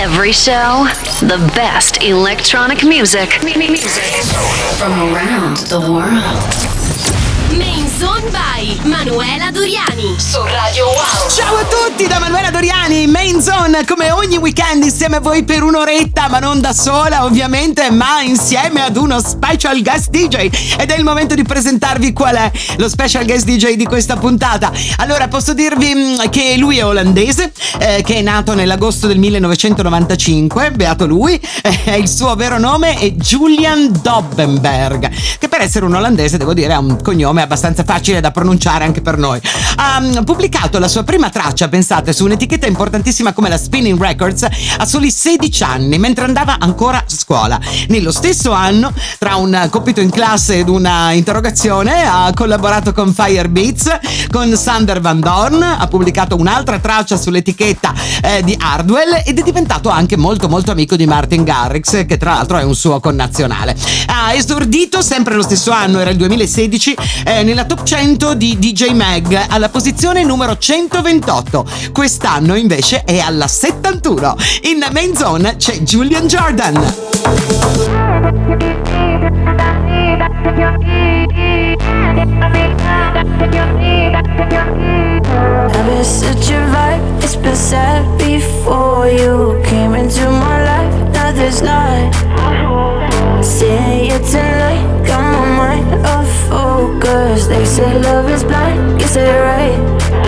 Every show, the best electronic music from around the world. Main Zone by Manuela Doriani su Radio Wow. Ciao a tutti da Manuela Doriani, Main Zone, come ogni weekend insieme a voi per un'oretta, ma non da sola ovviamente, ma insieme ad uno special guest DJ. Ed è il momento di presentarvi qual è lo special guest DJ di questa puntata. Allora, posso dirvi che lui è olandese, che è nato nell'agosto del 1995, beato lui, il suo vero nome è Julian Dobbenberg, che per essere un olandese devo dire ha un cognome abbastanza facile da pronunciare anche per noi. Ha pubblicato la sua prima traccia, pensate, su un'etichetta importantissima come la Spinning Records a soli 16 anni, mentre andava ancora a scuola. Nello stesso anno, tra un compito in classe ed una interrogazione, ha collaborato con Firebeats, con Sander Van Dorn, ha pubblicato un'altra traccia sull'etichetta di Hardwell ed è diventato anche molto molto amico di Martin Garrix, che tra l'altro è un suo connazionale. Ha esordito sempre lo stesso anno, era il 2016, nella top 100 di DJ Mag alla posizione numero 128. Quest'anno invece è alla 71. In Main Zone c'è Julian Jordan. I've been such a vibe, it's been sad before you came into my life. Now there's light. Seeing you tonight, got my mind off focus. They say love is blind, guess they're right.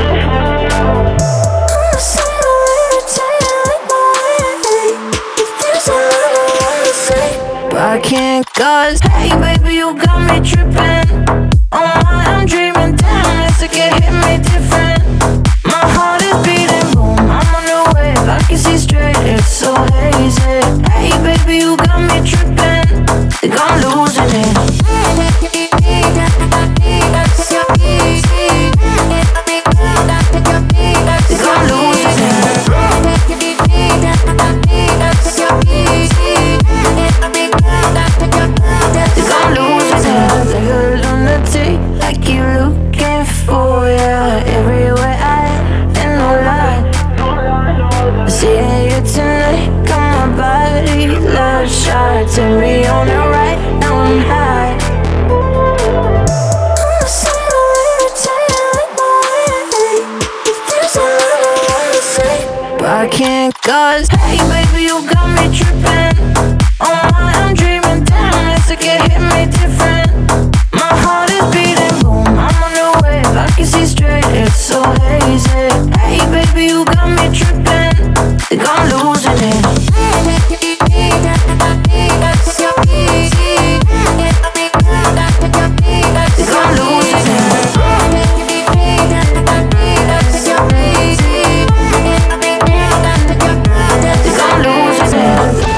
But I can't, cause hey baby, you got me tripping. Oh my, I'm dreaming, damn, it's like it hit me different. My heart is beating, boom, I'm on the wave, I can see straight, it's so hazy. Hey baby, you got me tripping, think I'm losing it. Think I'm losing it. Think I'm losing it. Like a lunatic, I keep looking for ya everywhere I am, and no lie. Seeing you tonight, got my body love shot. Turn me on the right, now I'm high. But I can't, cause hey baby, you got me tripping. Oh my, I'm dreaming, damn, it's like it hit me different. My heart is beating, boom, I'm on the wave, I can see straight, it's so hazy. Hey baby, you got me tripping, think I'm losing it. Think I'm losing it. Think I'm losing it.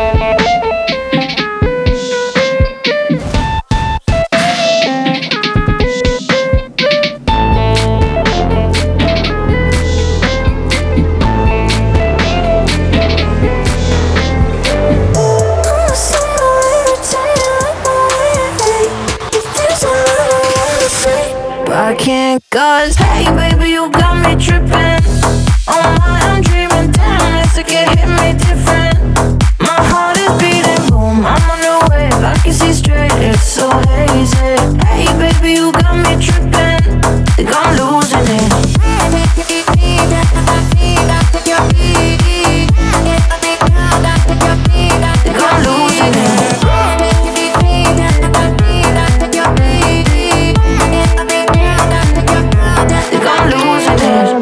I can't, cause hey baby, you got me tripping. Oh my, I'm dreaming, damn, it's like it hit me different. My heart is beating, boom, I'm on the wave, I can see straight, it's so hazy. Hey baby, you got me tripping, think I'm losing it. Think I'm losing it. Think I'm losing it.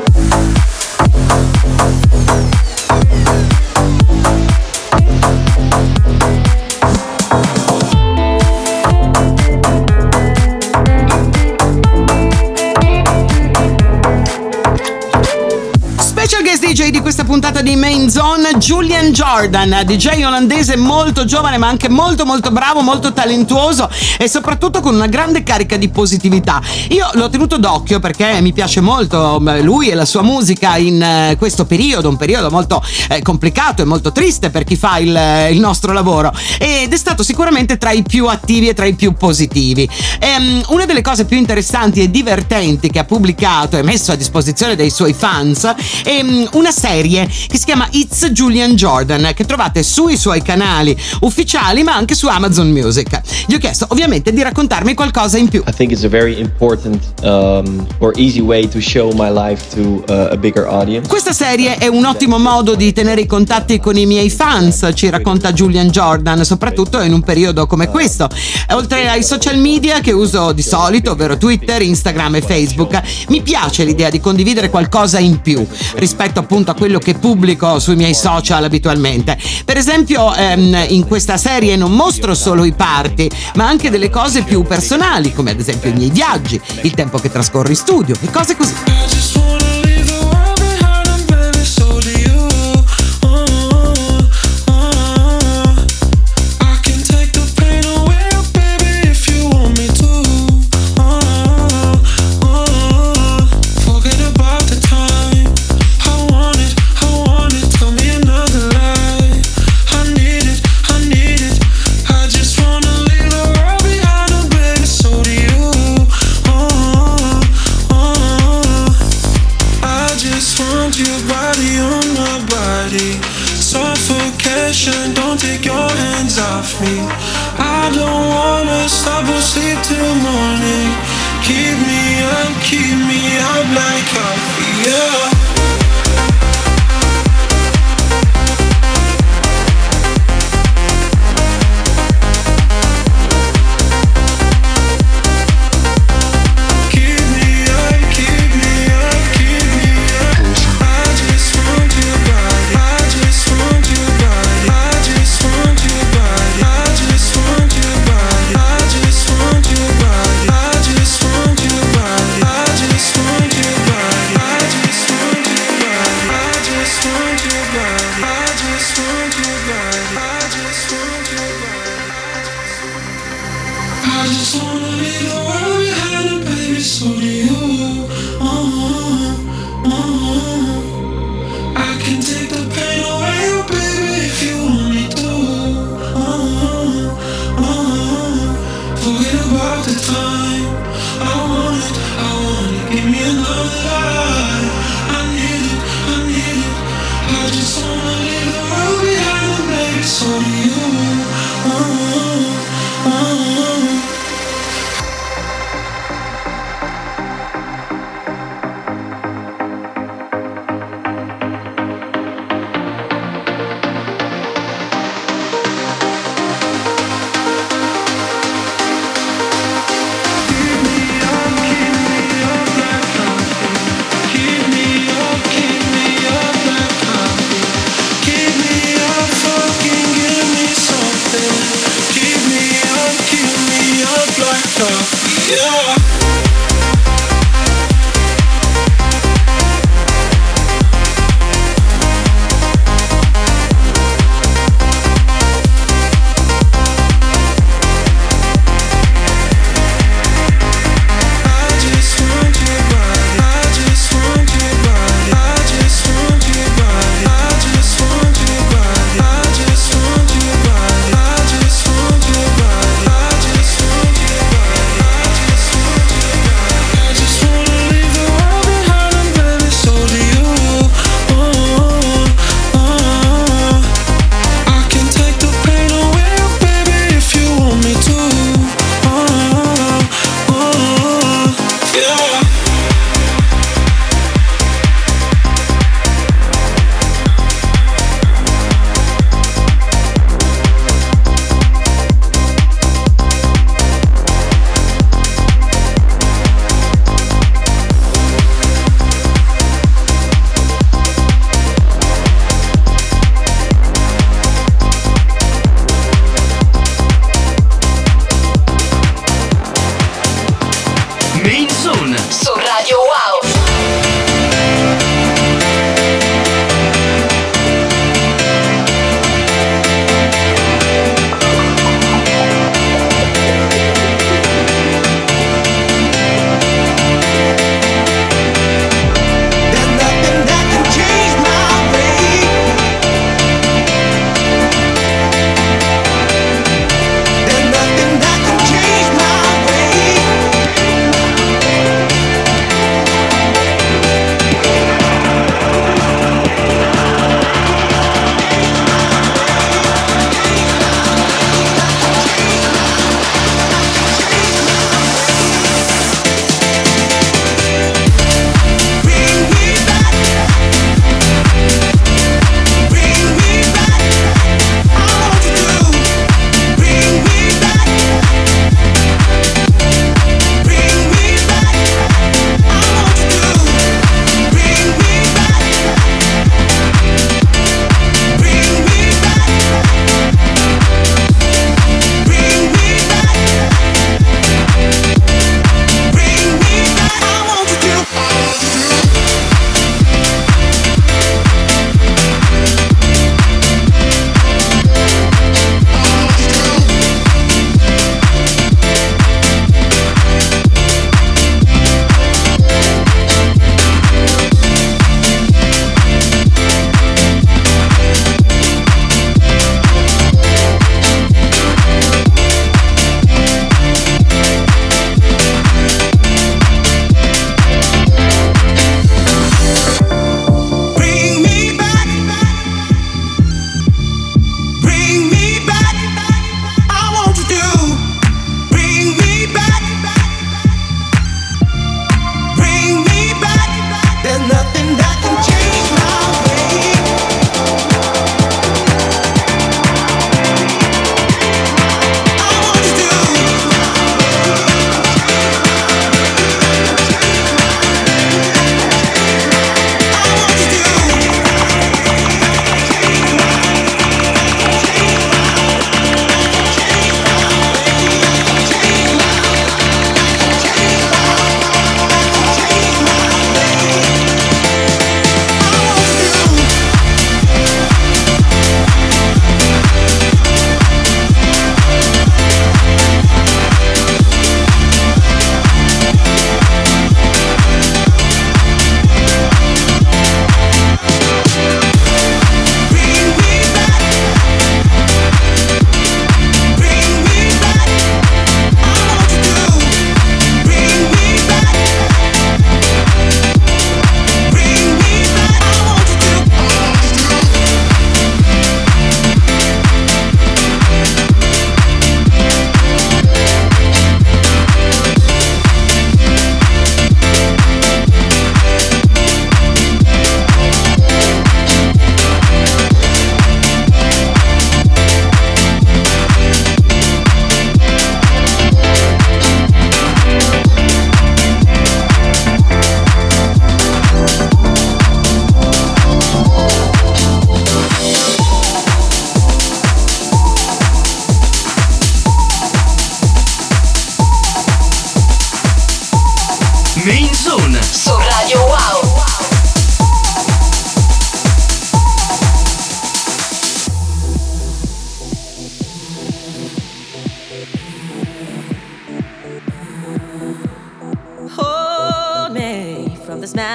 DJ di questa puntata di Main Zone, Julian Jordan, DJ olandese molto giovane ma anche molto molto bravo, molto talentuoso e soprattutto con una grande carica di positività. Io l'ho tenuto d'occhio perché mi piace molto lui e la sua musica in questo periodo, un periodo molto complicato e molto triste per chi fa il nostro lavoro, ed è stato sicuramente tra i più attivi e tra i più positivi. Una delle cose più interessanti e divertenti che ha pubblicato e messo a disposizione dei suoi fans è una una serie che si chiama It's Julian Jordan, che trovate sui suoi canali ufficiali ma anche su Amazon Music. Gli ho chiesto ovviamente di raccontarmi qualcosa in più. I think it's a very important or easy way to show my life to a bigger audience. Questa serie è un ottimo modo di tenere i contatti con i miei fans, ci racconta Julian Jordan, soprattutto in un periodo come questo. Oltre ai social media che uso di solito, ovvero Twitter, Instagram e Facebook, mi piace l'idea di condividere qualcosa in più rispetto appunto a quello che pubblico sui miei social abitualmente. Per esempio in questa serie non mostro solo i party, ma anche delle cose più personali, come ad esempio i miei viaggi, il tempo che trascorro in studio e cose così. Don't take your hands off me. I don't wanna stop or sleep till morning. Keep me up like coffee, yeah.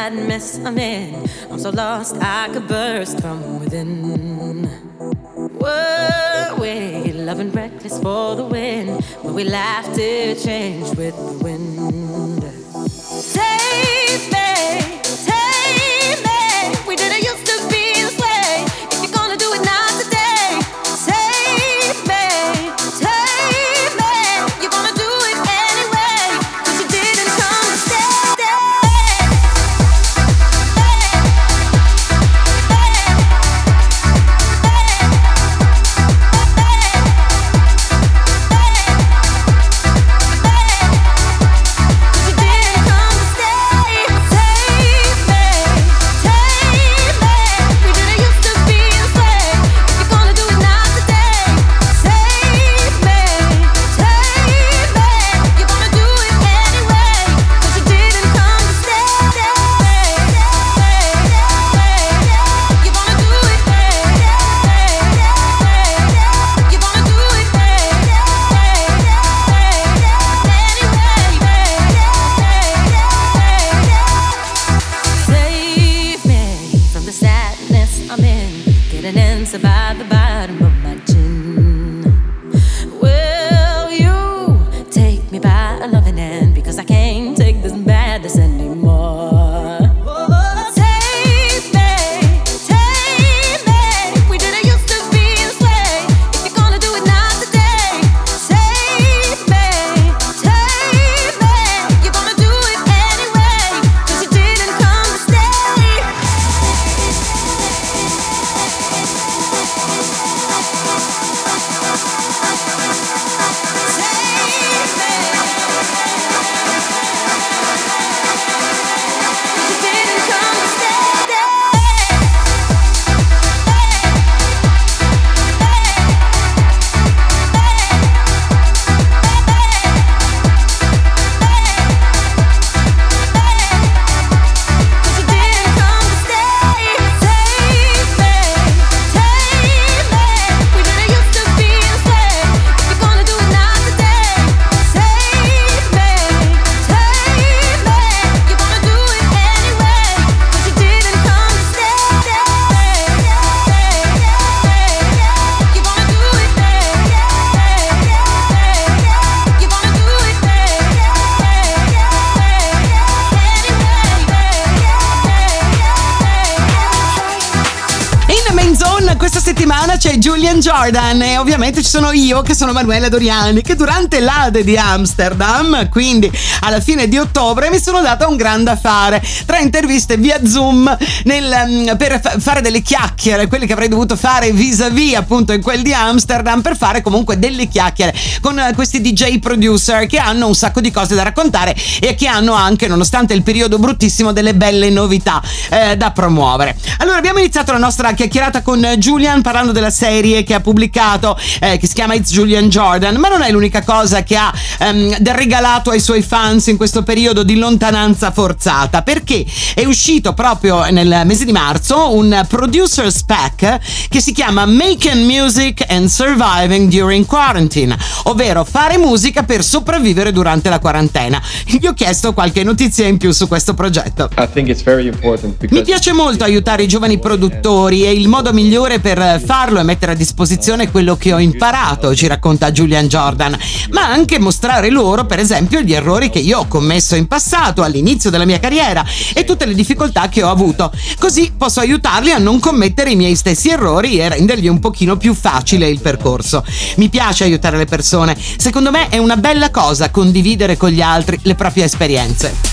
sad mess I'm in. I'm so lost I could burst from within. Were we loving reckless for the win? When we laughed it changed with the wind. Save me, take me. We didn't used to be this way. If you're gonna do it not today, save me, take me. You're gonna do it anyway, 'cause you didn't come to stay. By the bottom of my chin. Will you take me by a loving hand? Because I can't take this madness anymore. Take me, take me. We didn't used to be this way. If you're gonna do it not today, save me, take me. You're gonna do it anyway, 'cause you didn't come to stay. Questa settimana c'è Julian Jordan e ovviamente ci sono io che sono Manuela Doriani, che durante l'Ade di Amsterdam, quindi alla fine di ottobre, mi sono data un grande affare, 3 interviste via Zoom per fare delle chiacchiere, quelle che avrei dovuto fare vis-à-vis appunto in quel di Amsterdam, per fare comunque delle chiacchiere con questi DJ producer che hanno un sacco di cose da raccontare e che hanno anche, nonostante il periodo bruttissimo, delle belle novità da promuovere. Allora abbiamo iniziato la nostra chiacchierata con Julian parlando della serie che ha pubblicato, che si chiama It's Julian Jordan, ma non è l'unica cosa che ha regalato ai suoi fans in questo periodo di lontananza forzata, perché è uscito proprio nel mese di marzo un producer's pack che si chiama Making Music and Surviving During Quarantine, ovvero fare musica per sopravvivere durante la quarantena. Gli ho chiesto qualche notizia in più su questo progetto. Mi piace molto aiutare i giovani produttori e il modo migliore per farlo è mettere a disposizione quello che ho imparato, ci racconta Julian Jordan, ma anche mostrare loro, per esempio, gli errori che io ho commesso in passato, all'inizio della mia carriera, e tutte le difficoltà che ho avuto. Così posso aiutarli a non commettere i miei stessi errori e rendergli un pochino più facile il percorso. Mi piace aiutare le persone. Secondo me è una bella cosa condividere con gli altri le proprie esperienze.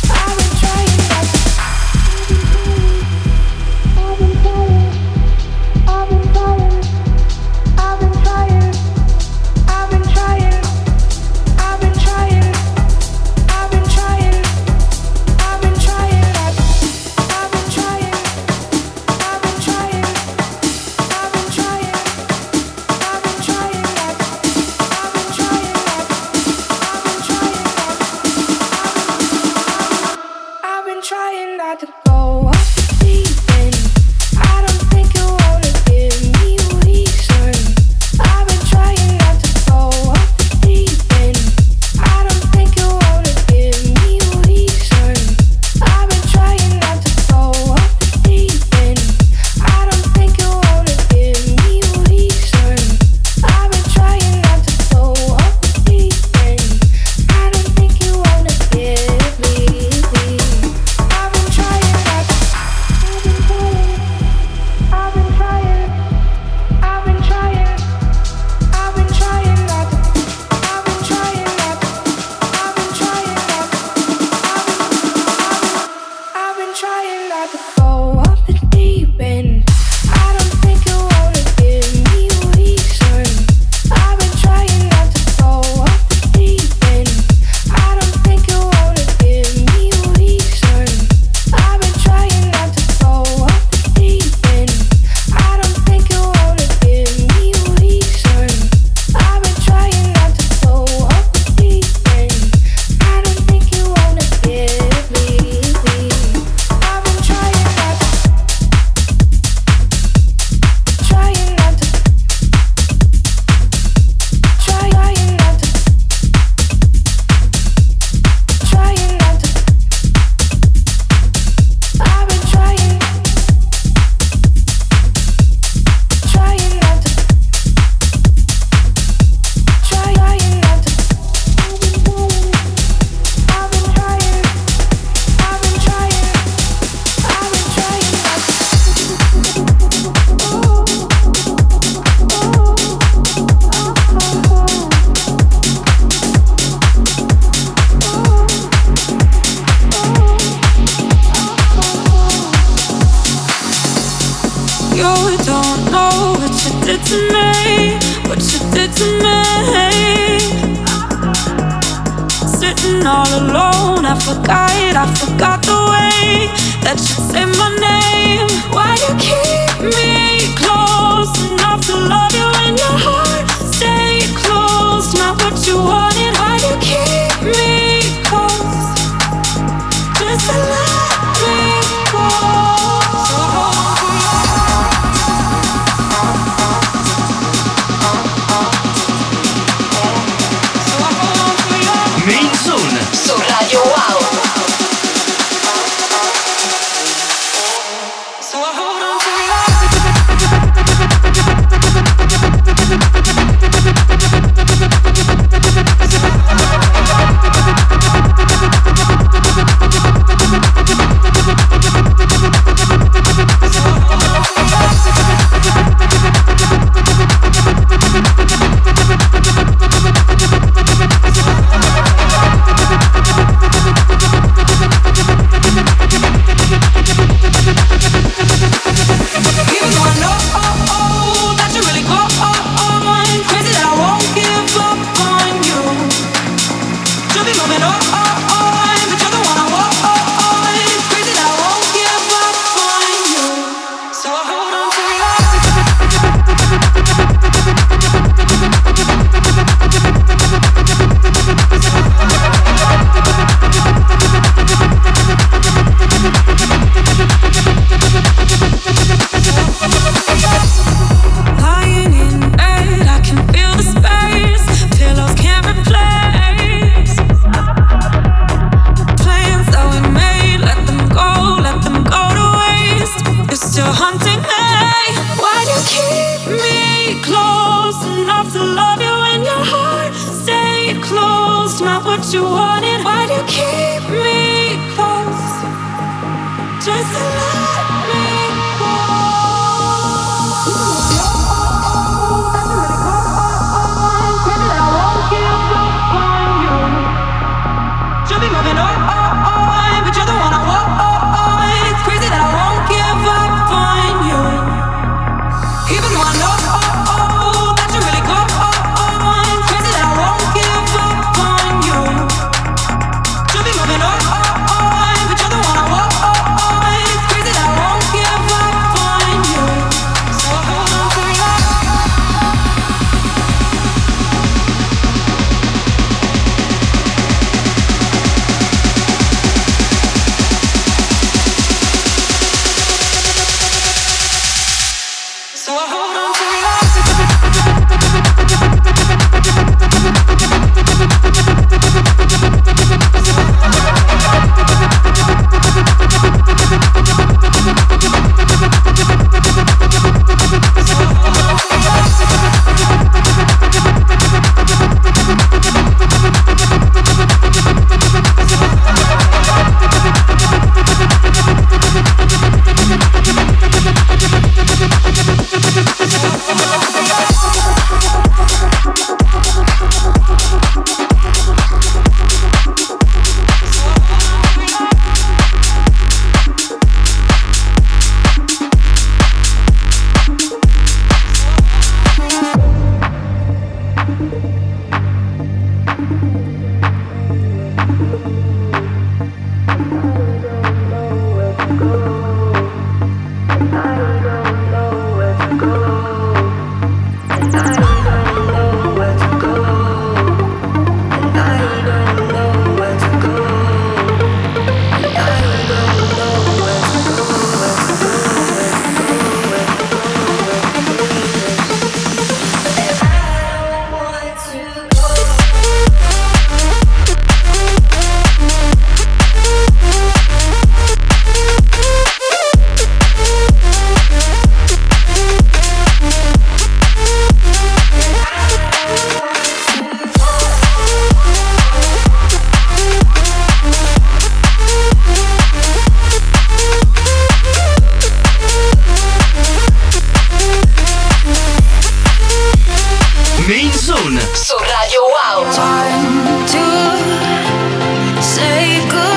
You don't know what you did to me, what you did to me. Sitting all alone, I forgot the way that you say my name. Why you keep me close enough to love you in your heart? Stay close, not what you wanted. Why you keep me close? Just to let me go. So hold on for you. Main Zone Su Radio Wow. So I hold on to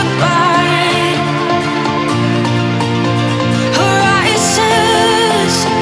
horizons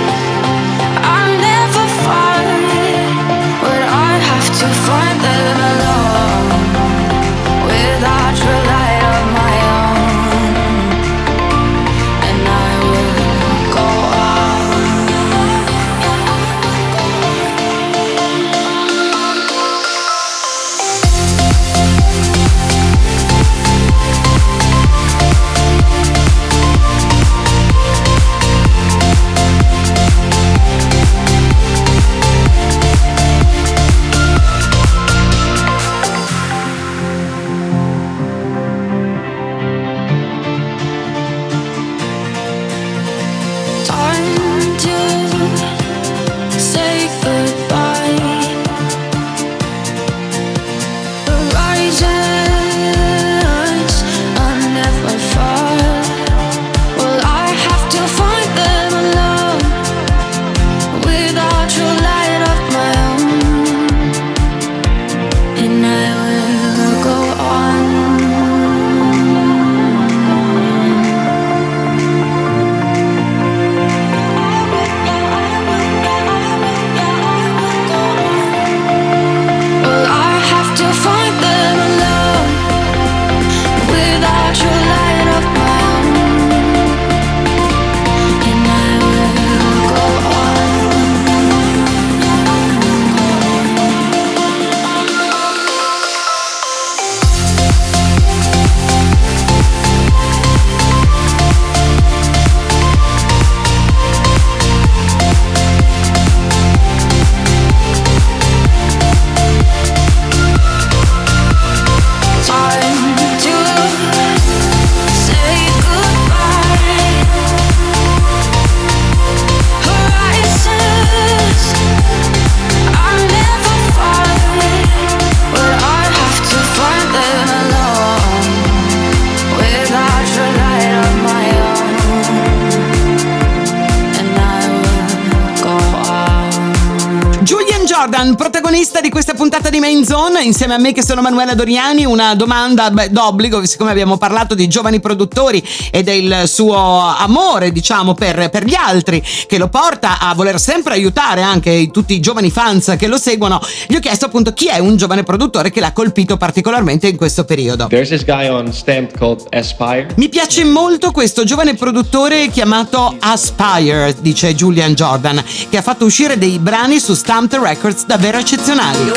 Jordan, protagonista di questa puntata di Main Zone, insieme a me che sono Manuela Doriani. Una domanda d'obbligo, siccome abbiamo parlato di giovani produttori e del suo amore, diciamo, per gli altri, che lo porta a voler sempre aiutare anche tutti i giovani fans che lo seguono. Gli ho chiesto appunto chi è un giovane produttore che l'ha colpito particolarmente in questo periodo. There's this guy on Stamped called Aspire. Mi piace molto questo giovane produttore chiamato Aspire, dice Julian Jordan, che ha fatto uscire dei brani su Stamped Records davvero eccezionali.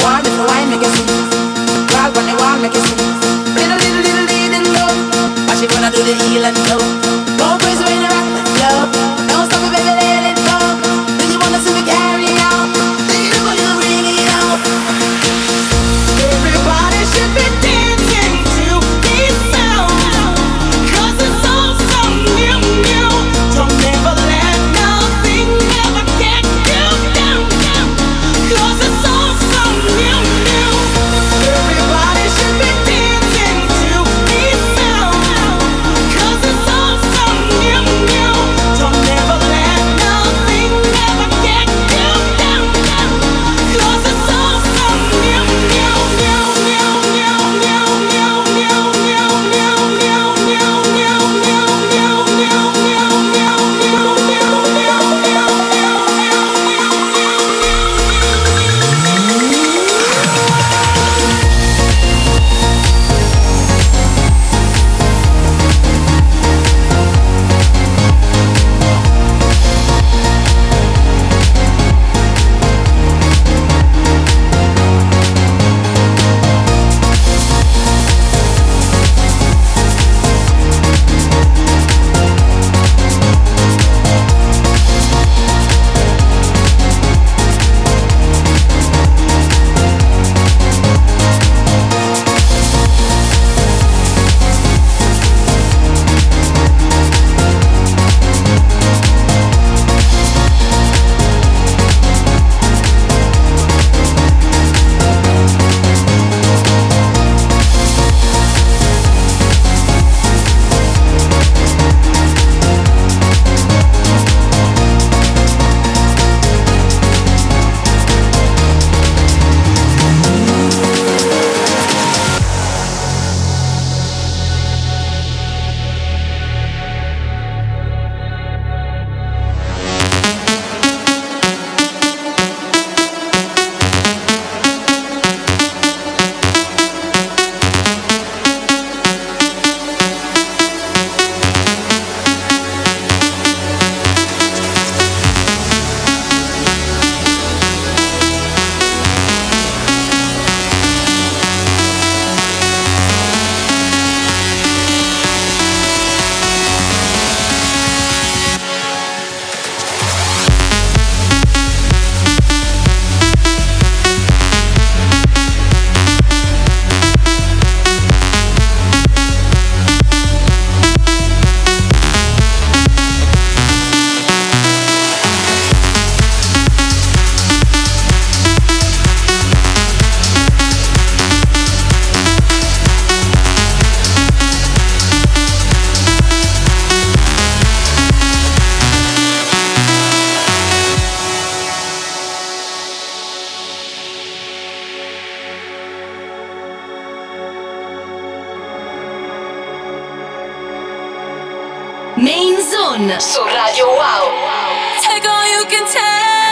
Main Zone su Radio Wow. Take all you can take,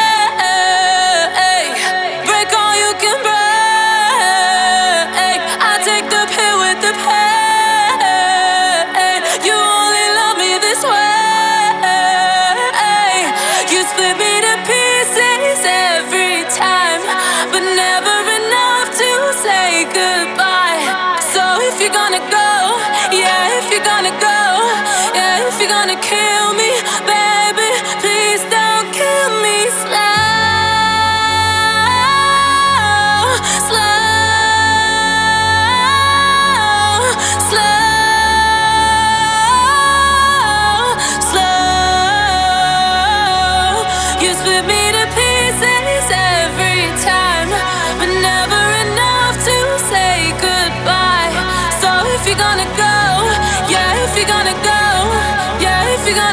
break all you can break. I take the pill with the pain. You only love me this way. You split me to pieces every time, but never enough to say goodbye. So if you're gonna go, yeah, if you're gonna go, yeah, if you're gonna kill me, baby, please don't kill me slow, slow, slow, slow. You split me to pieces every time, but never enough to say goodbye. So if you're gonna go, yeah, if you're gonna go, yeah, if you're gonna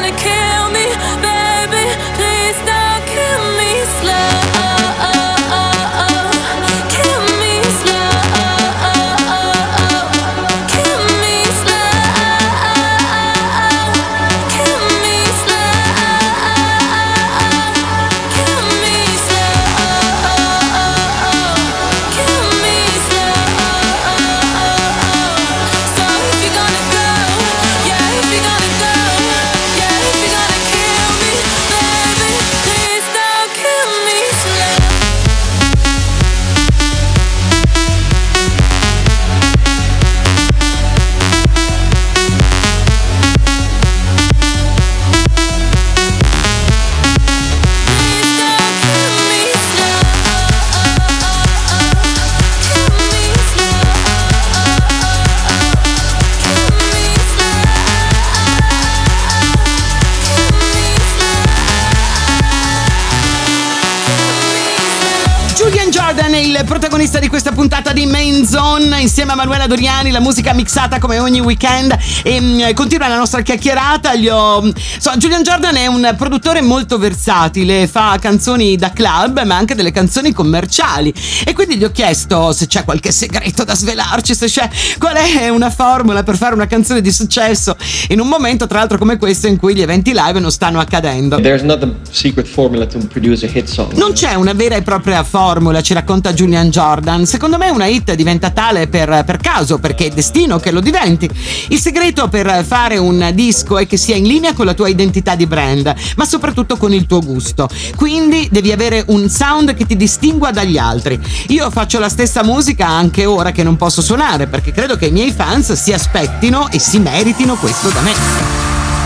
il protagonista di questa puntata di Main Zone, insieme a Manuela Doriani, la musica mixata come ogni weekend. E continua la nostra chiacchierata. Julian Jordan è un produttore molto versatile, fa canzoni da club ma anche delle canzoni commerciali, e quindi gli ho chiesto se c'è qualche segreto da svelarci, se c'è qual è una formula per fare una canzone di successo in un momento tra l'altro come questo in cui gli eventi live non stanno accadendo. There's not a secret formula to produce a hit song. Non c'è una vera e propria formula, ci racconta Julian Jordan. Secondo me una hit diventa tale per caso, perché è destino che lo diventi. Il segreto per fare un disco è che sia in linea con la tua identità di brand, ma soprattutto con il tuo gusto. Quindi devi avere un sound che ti distingua dagli altri. Io faccio la stessa musica anche ora che non posso suonare, perché credo che i miei fans si aspettino e si meritino questo da me.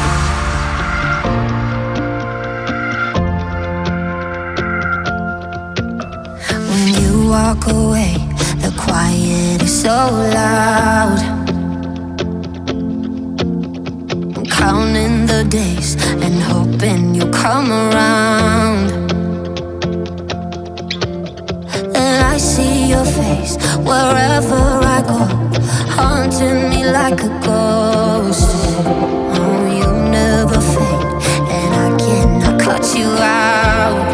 Walk away, the quiet is so loud. I'm counting the days and hoping you'll come around. And I see your face wherever I go, haunting me like a ghost. Oh, you never fade, and I cannot cut you out.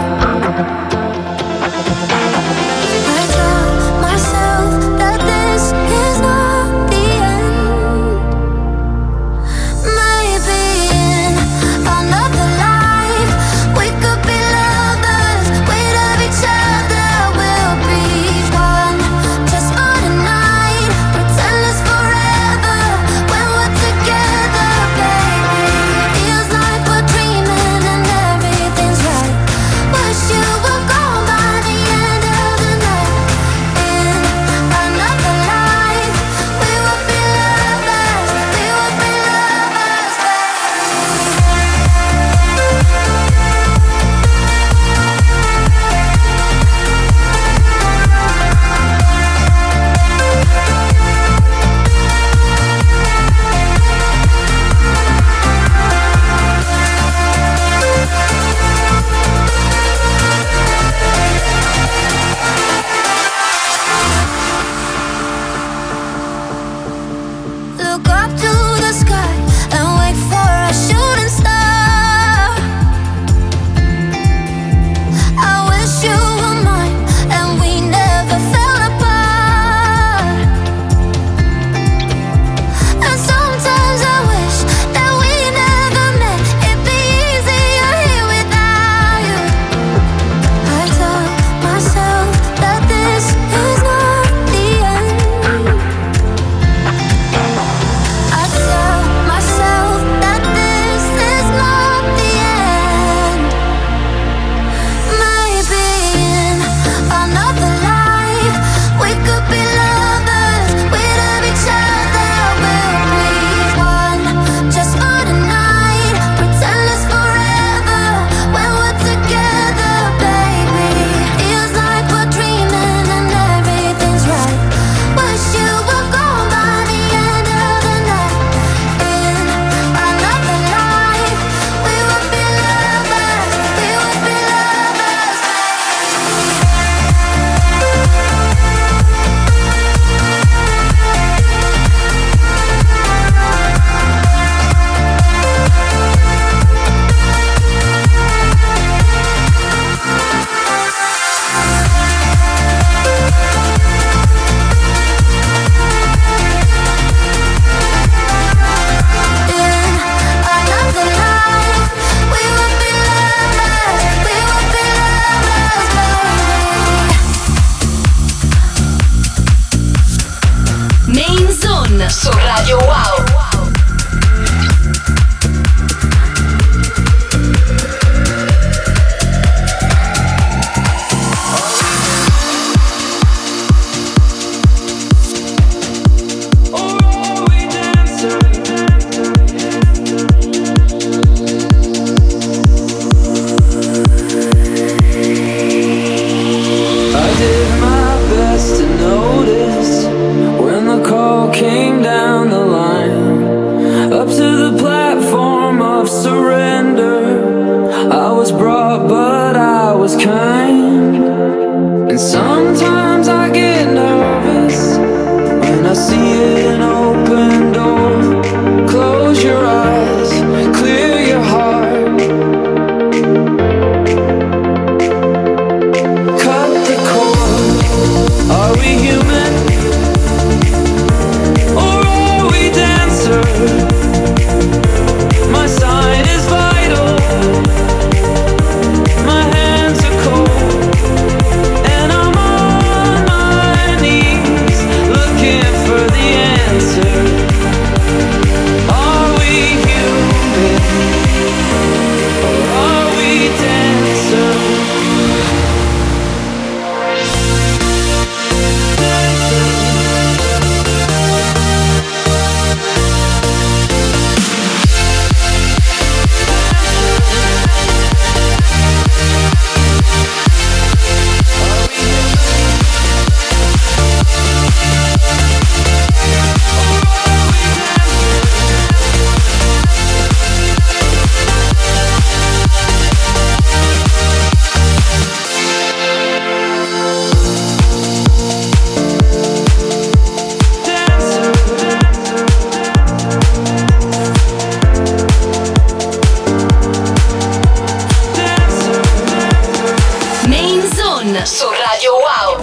su Radio Wow. But I was kind. And sometimes I get nervous when I see an open door. Close your eyes, clear your heart. Cut the cord. Are we human? Or are we dancer? My sign is vital. My hands are cold. And I'm on my knees looking for the answer. Are we human? Or are we dancer? Main Zone su Radio Wow.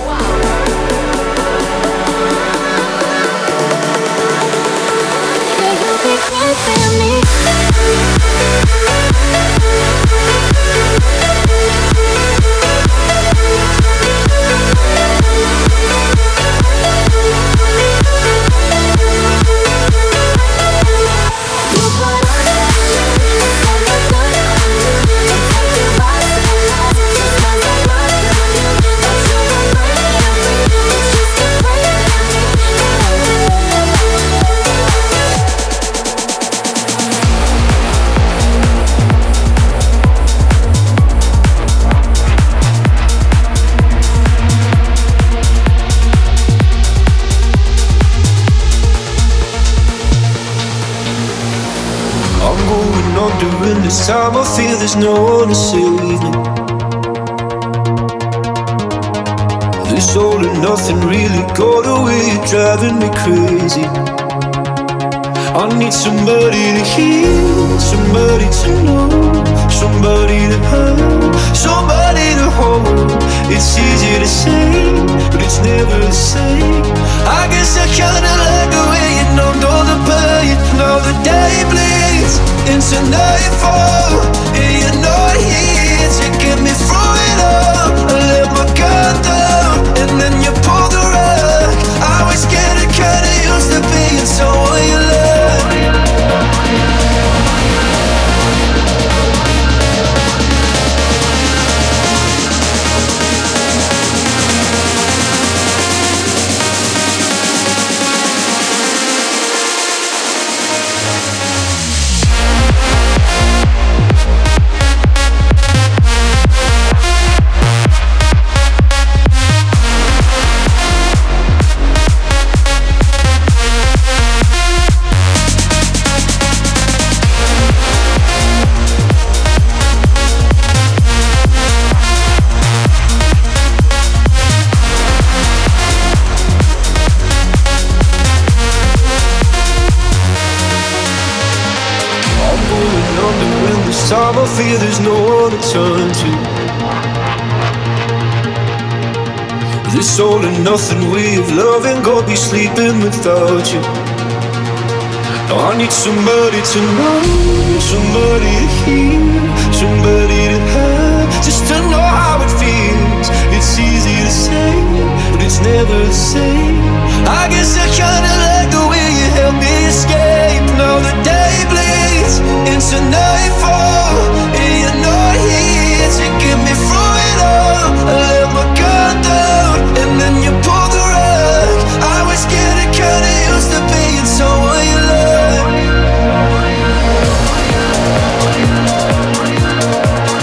I'm going under, and this time I feel there's no one to save me. This all and nothing really got away, driving me crazy. I need somebody to hear, somebody to know, somebody to have, somebody to hold. It's easy to say, but it's never the same. I guess I kinda like the way you numbed all the pain. Now the day bleeds into nightfall, and you're not here to get me through it all. I let my guard down, and then you pulled the rug. I was getting kinda used to being someone you love. Time I fear there's no one to turn to. This all and nothing way of loving, God be sleeping without you. Now I need somebody to know, somebody to hear, somebody to have, just to know how it feels. It's easy to say, but it's never the same. I guess I kinda like the way you help me escape. Now the day bleeds into nightfall, and you're not here to get me through it all. I let my guard down, and then you pulled the rug. I was getting kinda used to being someone you love.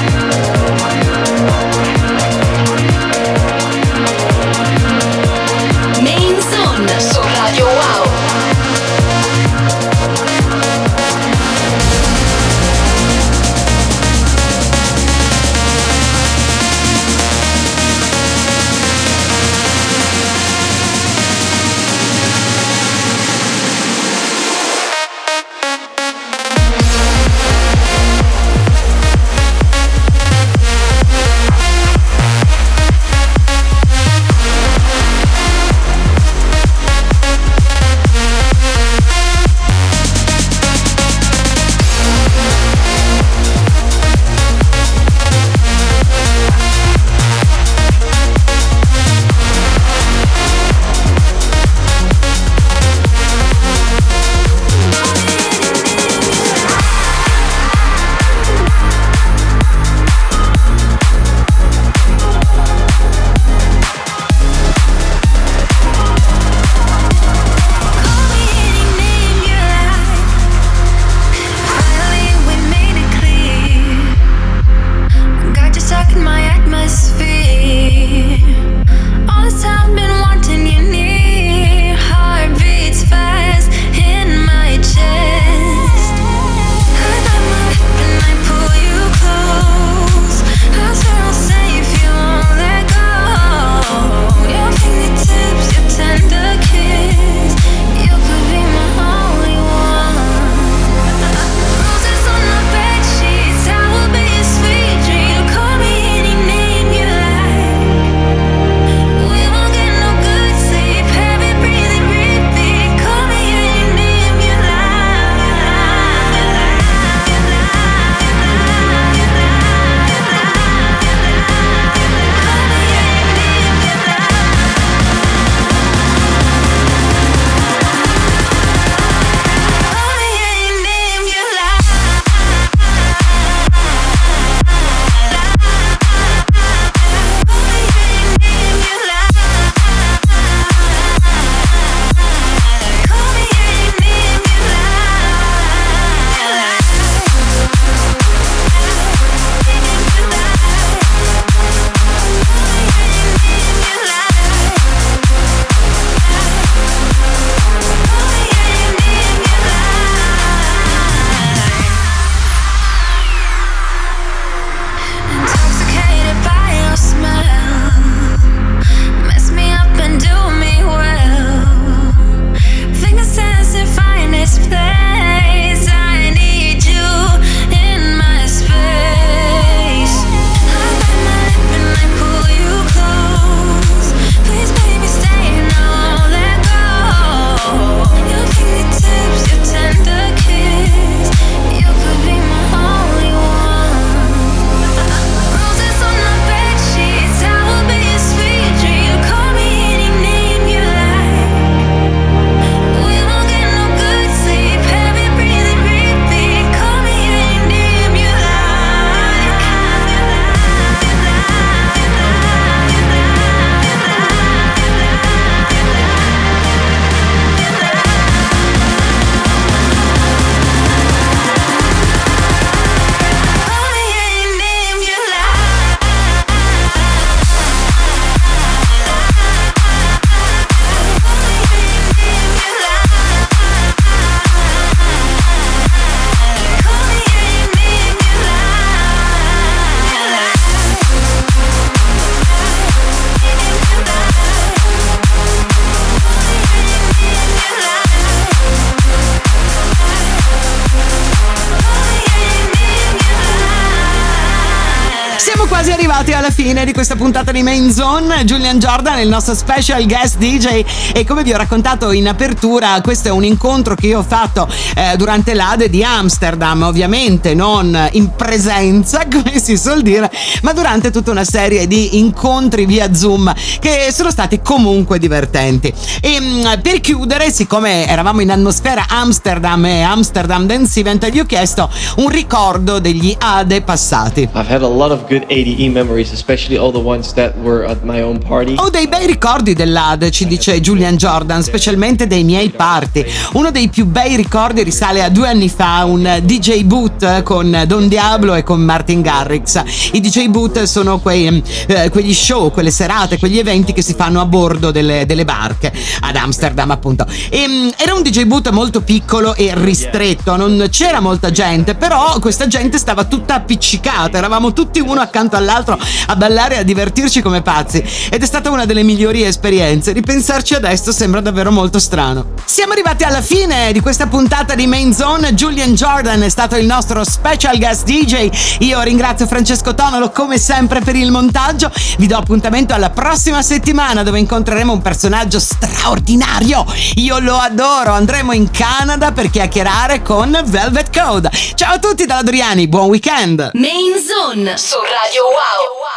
Siamo quasi arrivati alla fine di questa puntata di Main Zone. Julian Jordan è il nostro special guest DJ e come vi ho raccontato in apertura, questo è un incontro che io ho fatto durante l'Ade di Amsterdam, ovviamente non in presenza come si suol dire, ma durante tutta una serie di incontri via Zoom che sono stati comunque divertenti. E per chiudere, siccome eravamo in atmosfera Amsterdam e Amsterdam Dance Event, vi ho chiesto un ricordo degli Ade passati. I've had a lot of good ADE memories, especially all the ones that were at my own party. Ho dei bei ricordi dell'Ade, ci dice Julian Jordan, specialmente dei miei party. Uno dei più bei ricordi risale a 2 anni fa, un DJ boot con Don Diablo e con Martin Garrix. I DJ boot sono quegli show, quelle serate, quegli eventi che si fanno a bordo delle barche ad Amsterdam, appunto. E era un DJ boot molto piccolo e ristretto, non c'era molta gente, però questa gente stava tutta appiccicata, eravamo tutti uno accanto all'altro a ballare e a divertirci come pazzi, ed è stata una delle migliori esperienze. Ripensarci adesso sembra davvero molto strano. Siamo arrivati alla fine di questa puntata di Main Zone. Julian Jordan è stato il nostro special guest DJ. Io ringrazio Francesco Tonolo come sempre per il montaggio. Vi do appuntamento alla prossima settimana, dove incontreremo un personaggio straordinario. Io lo adoro. Andremo in Canada per chiacchierare con Velvet Code. Ciao a tutti dalla Doriani, buon weekend. Main Zone su Radio Wow.